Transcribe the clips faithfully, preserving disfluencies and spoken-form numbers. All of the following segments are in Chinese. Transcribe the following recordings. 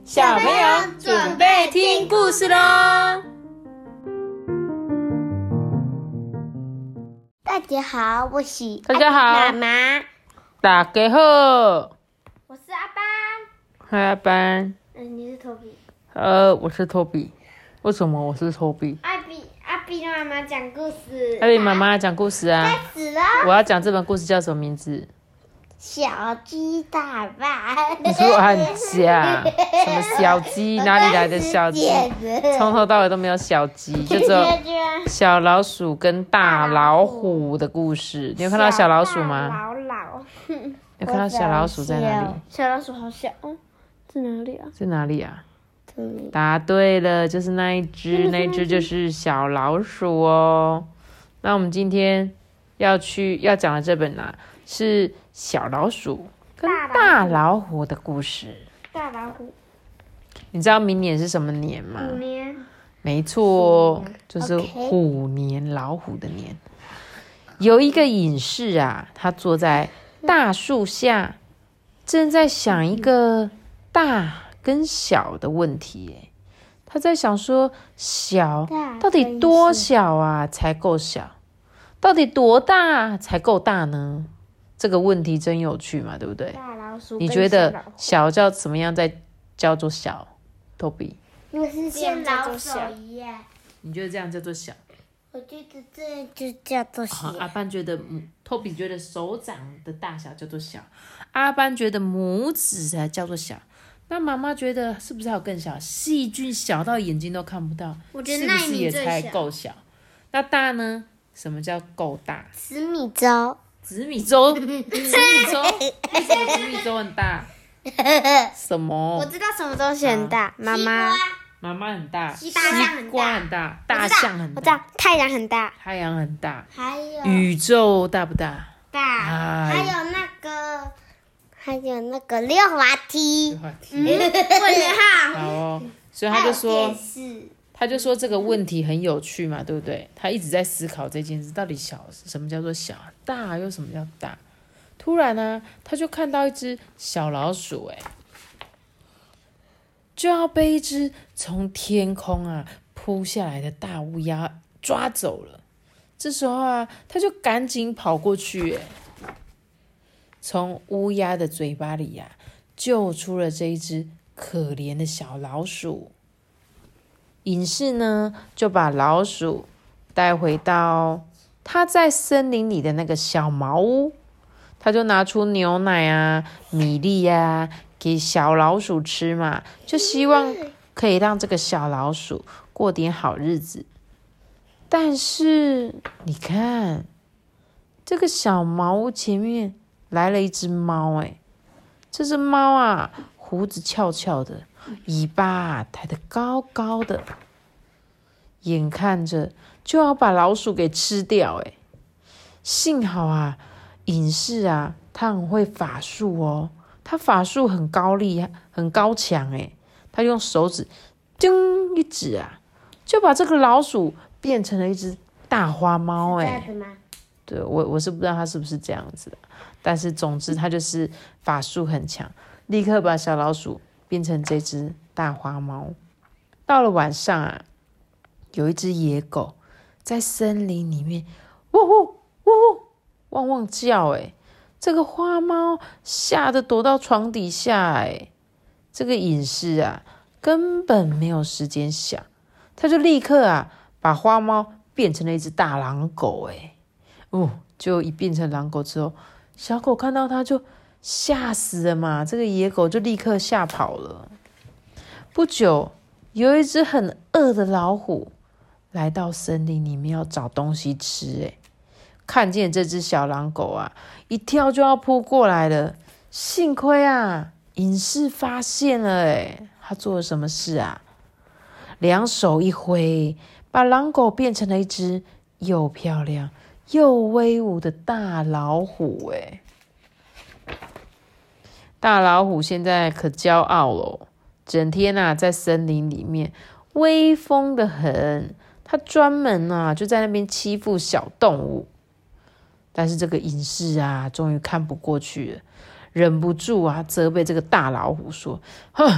小朋友准备听故事咯。 大家好，我是大家好妈妈， 大家好， 我是阿班。 嗨，阿班。 嗯，你是托比。 呃，我是托比。为什么我是托比？ 阿比阿比的妈妈讲故事。 阿比妈妈讲故事啊。 开始了。 我要讲这本故事叫什么名字？ 小鸡大饭。 你乱讲，什么小鸡？哪里来的小鸡？从头到尾都没有小鸡，就只有小老鼠跟大老虎的故事。你有看到小老鼠吗？ 老老。 有看到小老鼠在哪里？ 小老鼠好小哦，在哪里啊？ 在哪里啊？答对了，就是那一只，那一只就是小老鼠哦。那我们今天要去要讲的这本啊，是小老鼠跟大老虎的故事。 大老虎。 你知道明年是什么年吗？ 虎年。 没错，就是虎年，老虎的年。有一个隐士啊，他坐在大树下，正在想一个大跟小的问题耶。他在想说，小到底多小啊才够小？到底多大才够大呢？这个问题真有趣嘛，对不对？ 大老鼠。 你觉得小叫怎么样在叫做小？托比， 因为是像老鼠一样。 你觉得这样叫做小？ 我觉得这样就叫做小。 阿班觉得，托比觉得手掌的大小叫做小，阿班觉得拇指才叫做小。那妈妈觉得是不是还有更小？细菌小到眼睛都看不到， 我觉得是不是也才够小？那大呢？什么叫够大？ 紫米粥。 紫米粥，紫米粥，为什么紫米粥很大？什么？ 我知道什么东西很大，妈妈。 妈妈很大， 西瓜很大，大象很大， 我知道太阳很大， 太阳很大， 还有宇宙大不大？ 大，还有那个，还有那个溜滑梯， 溜滑梯， 嗯，问得好， 好哦，所以他就说，他就说这个问题很有趣嘛，对不对？他一直在思考这件事，到底小什么叫做小，大又什么叫大？突然呢、啊，他就看到一只小老鼠，哎。就要被一只从天空啊扑下来的大乌鸦抓走了。这时候啊，他就赶紧跑过去，从乌鸦的嘴巴里呀、啊、救出了这一只可怜的小老鼠。隐士呢，就把老鼠带回到他在森林里的那个小茅屋，他就拿出牛奶啊、米粒啊。给小老鼠吃嘛，就希望可以让这个小老鼠过点好日子。但是你看，这个小茅屋前面来了一只猫，哎，这只猫啊，胡子翘翘的，尾巴啊抬得高高的，眼看着就要把老鼠给吃掉，哎，幸好啊，隐士啊，他很会法术哦。他法术很高力，很高强诶，他用手指叮一指啊，就把这个老鼠变成了一只大花猫诶。对，我我是不知道他是不是这样子的，但是总之他就是法术很强，立刻把小老鼠变成这只大花猫。到了晚上啊，有一只野狗在森林里面呜呼呜呼汪汪叫诶。这个花猫吓得躲到床底下，哎，这个隐士啊，根本没有时间想，他就立刻啊，把花猫变成了一只大狼狗，哎，哦，就一变成狼狗之后，小狗看到它就吓死了嘛，这个野狗就立刻吓跑了。不久，有一只很饿的老虎来到森林里面要找东西吃，哎。看见这只小狼狗啊，一跳就要扑过来了。幸亏啊，隐士发现了，哎，他做了什么事啊？两手一挥，把狼狗变成了一只又漂亮又威武的大老虎，哎，大老虎现在可骄傲了，整天啊在森林里面威风得很。他专门啊就在那边欺负小动物。但是这个隐士啊，终于看不过去了，忍不住啊责备这个大老虎说：“哼，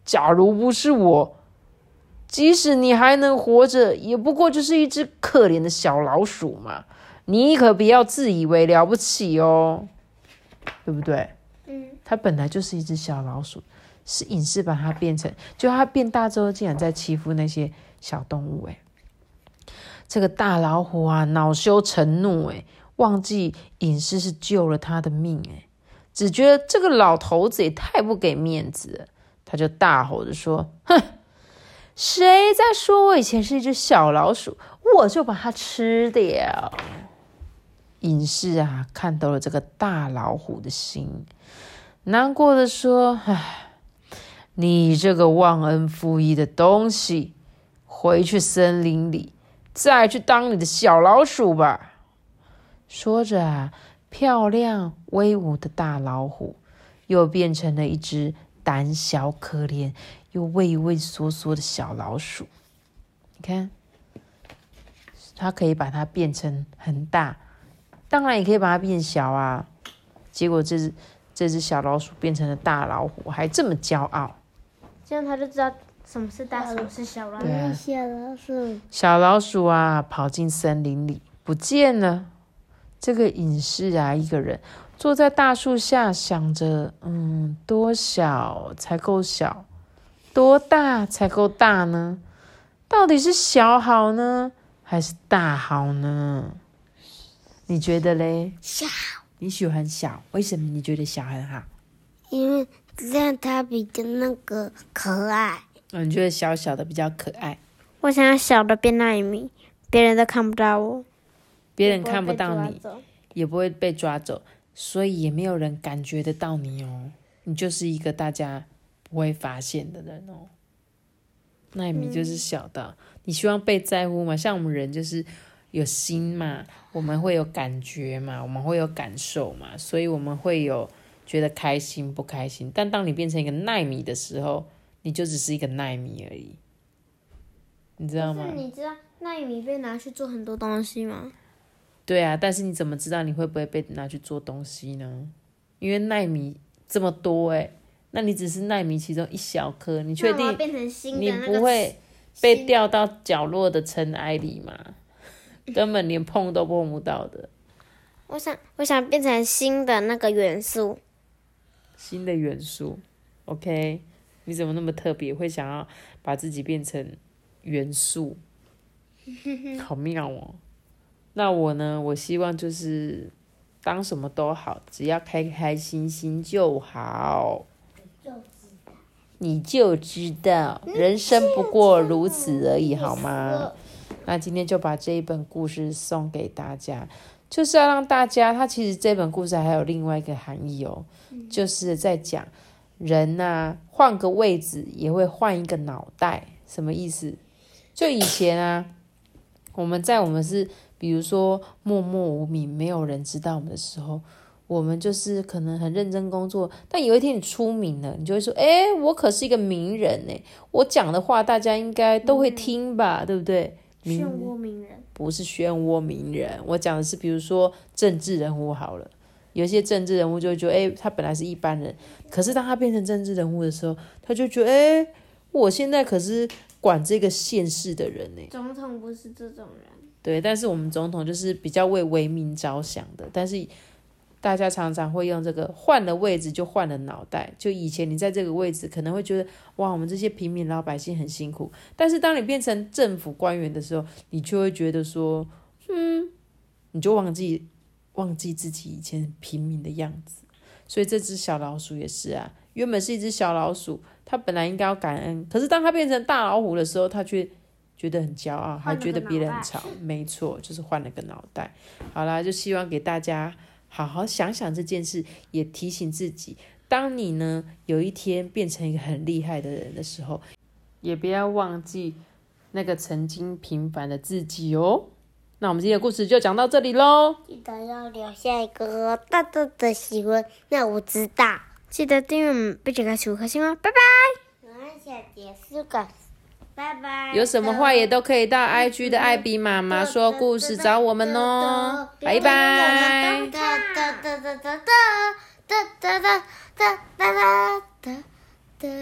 假如不是我，即使你还能活着，也不过就是一只可怜的小老鼠嘛。你可不要自以为了不起哦，对不对？ 嗯， 它本来就是一只小老鼠，是隐士把它变成，就它变大之后，竟然在欺负那些小动物。哎，这个大老虎啊，恼羞成怒，哎，忘记隐士是救了他的命，哎，只觉得这个老头子也太不给面子了，他就大吼着说：“哼！谁在说我以前是一只小老鼠，我就把它吃掉。”隐士啊，看到了这个大老虎的心，难过的说：“唉，你这个忘恩负义的东西，回去森林里再去当你的小老鼠吧。”说着啊，漂亮威武的大老虎又变成了一只胆小可怜又畏畏缩缩的小老鼠。你看，它可以把它变成很大，当然也可以把它变小啊。结果这只这只小老鼠变成了大老虎，还这么骄傲。 这样他就知道什么是大，什么是小老鼠。 对啊， 小老鼠， 小老鼠啊，跑进森林里不见了。这个隐士啊，一个人坐在大树下，想着，嗯，多小才够小，多大才够大呢？到底是小好呢，还是大好呢？你觉得嘞？ 小， 你喜欢小，为什么你觉得小很好？ 因为这样它比较那个可爱。 嗯，你觉得小小的比较可爱？ 我想要小的变纳米，别人都看不到我， 别人看不到你， 不会被抓走。 也不会被抓走，所以也没有人感觉得到你哦。你就是一个大家不会发现的人哦。那你就是小的，嗯、你希望被在乎嘛？像我们人就是有心嘛，我们会有感觉嘛，我们会有感受嘛，所以我们会有觉得开心不开心。但当你变成一个奈米的时候，你就只是一个奈米而已，你知道吗？ 但是你知道纳米被拿去做很多东西吗？ 对啊，但是你怎么知道你会不会被拿去做东西呢？因为奈米这么多哎，那你只是奈米其中一小颗，你确定你不会被掉到角落的尘埃里吗？根本连碰都碰不到的。 我想，我想变成新的那个元素， 新的元素。OK， 你怎么那么特别，会想要把自己变成元素？好妙哦！那我呢？我希望就是当什么都好，只要开开心心就好。你就知道，人生不过如此而已，好吗？那今天就把这一本故事送给大家，就是要让大家，它其实这本故事还有另外一个含义哦，就是在讲人啊，换个位置也会换一个脑袋，什么意思？就以前啊，我们在我们是。比如说默默无名，没有人知道我们的时候，我们就是可能很认真工作，但有一天你出名了，你就会说，哎，我可是一个名人哎，我讲的话大家应该都会听吧，嗯、对不对？ 漩涡鸣人不是漩涡鸣人，我讲的是比如说政治人物好了，有些政治人物就会觉得，哎，他本来是一般人，可是当他变成政治人物的时候，他就觉得，哎，我现在可是管这个县市的人哎。 总统不是这种人。 对，但是我们总统就是比较为为民着想的，但是大家常常会用这个换了位置就换了脑袋。就以前你在这个位置可能会觉得哇，我们这些平民老百姓很辛苦，但是当你变成政府官员的时候，你就会觉得说，嗯，你就忘记忘记自己以前平民的样子。所以这只小老鼠也是啊，原本是一只小老鼠，它本来应该要感恩，可是当它变成大老虎的时候，它却觉得很骄傲，还觉得别人很吵，没错，就是换了个脑袋。好啦，就希望给大家好好想想这件事，也提醒自己，当你呢有一天变成一个很厉害的人的时候，也不要忘记那个曾经平凡的自己哦。那我们今天的故事就讲到这里咯， 记得要留下一个大大的喜欢，那我知道。 记得订阅我们，并且开启五颗星哦，拜拜。 我想结束个。拜拜。 有什么话也都可以到 I G 的艾比妈妈说故事找我们哦，拜拜。 哒哒哒哒哒哒哒哒哒哒哒哒哒。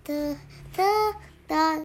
的的的。